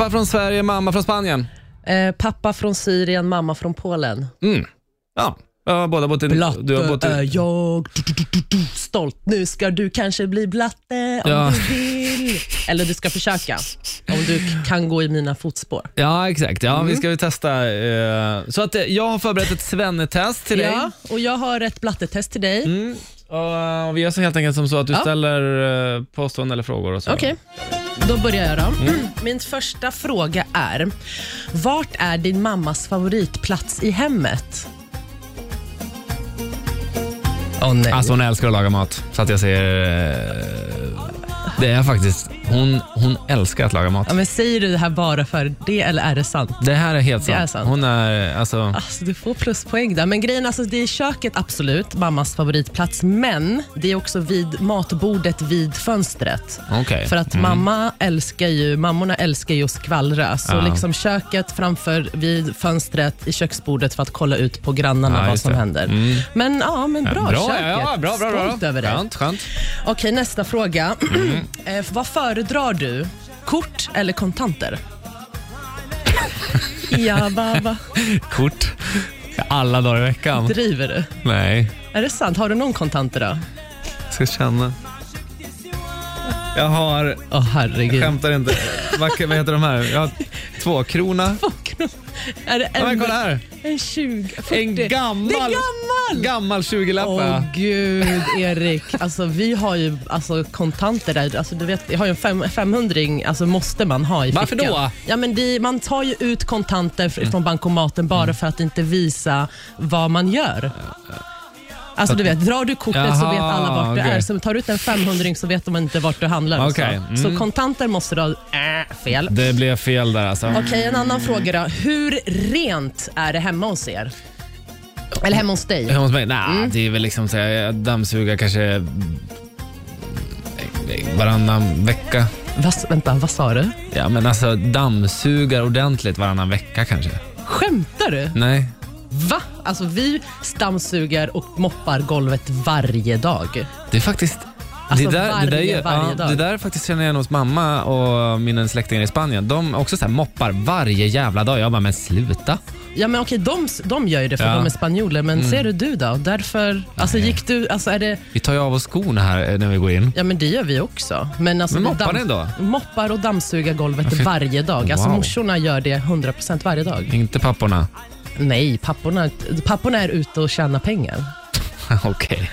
Pappa från Sverige, mamma från Spanien. Pappa från Syrien, mamma från Polen. Ja, jag har båda bott i... Blatte är jag, stolt. Nu ska du kanske bli blatte om du vill. Eller du ska försöka, om du kan gå i mina fotspår. Ja, exakt. Ja, vi ska ju testa. Så att jag har förberett ett svennetest till dig. Ja, och jag har ett blattetest till dig. Och vi gör så helt enkelt som så att du ställer påståenden eller frågor och så. Okej, då börjar jag då. Min första fråga är: vart är din mammas favoritplats i hemmet? Nej. Alltså hon älskar att laga mat. Så att jag säger... det är faktiskt... Hon älskar att laga mat. Ja, men säger du det här bara för det, eller är det sant? Det här är helt sant. Det är sant. Hon är... Alltså, du får pluspoäng där. Men grejen, alltså, det är köket absolut mammas favoritplats. Men det är också vid matbordet vid fönstret. okay. För att mammorna älskar ju att skvallra. Så liksom köket framför vid fönstret i köksbordet för att kolla ut på grannarna vad som händer. Men bra köket. Ja, bra. Stolt över det. Skönt. Okej, nästa fråga. Vad föredrar du? Kort eller kontanter? Ja, baba. Kort. Alla dagar i veckan. Driver du? Nej. Är det sant? Har du någon kontanter då? Ska känna. Jag har... herregud. Jag skämtar inte. Vad heter de här? Jag har 2 krona. 2 kronor. Är det en... Men kolla här. En 20. 40. En gammal. Det är gammal 20-lapp. Gud, Erik. Alltså vi har ju kontanter där. Alltså du vet, jag har ju en 500-ring, alltså måste man ha i fickan. Varför då? Ja, men man tar ju ut kontanter från bankomaten bara för att inte visa vad man gör. Alltså du vet, drar du kortet så vet alla vart du är. Så tar du ut en 500-ring så vet de inte vart du handlar. Så kontanter måste du fel. Det blev fel där alltså. Okej, en annan fråga då. Hur rent är det hemma hos er? Eller hemma hos dig? Hemma hos mig? Nej, det är väl liksom så jag dammsugar kanske varannan vecka. Vänta, vad sa du? Ja, men alltså dammsugar ordentligt varannan vecka kanske. Skämtar du? Nej. Va? Alltså vi dammsugar och moppar golvet varje dag. Det är faktiskt... Alltså varje dag. Det där faktiskt känner jag hos mamma och mina släktingar i Spanien. De också så här moppar varje jävla dag. Jag bara, men sluta. Ja, men okej, de gör ju det för de är spanjoler. Men ser du då? Därför, alltså gick du, alltså är det... Vi tar ju av oss skorna här när vi går in. Ja, men det gör vi också. Men alltså moppar ni då? Moppar och dammsugar golvet varje dag. Alltså morsorna gör det 100% varje dag. Inte papporna? Nej, papporna är ute och tjänar pengar. Okej.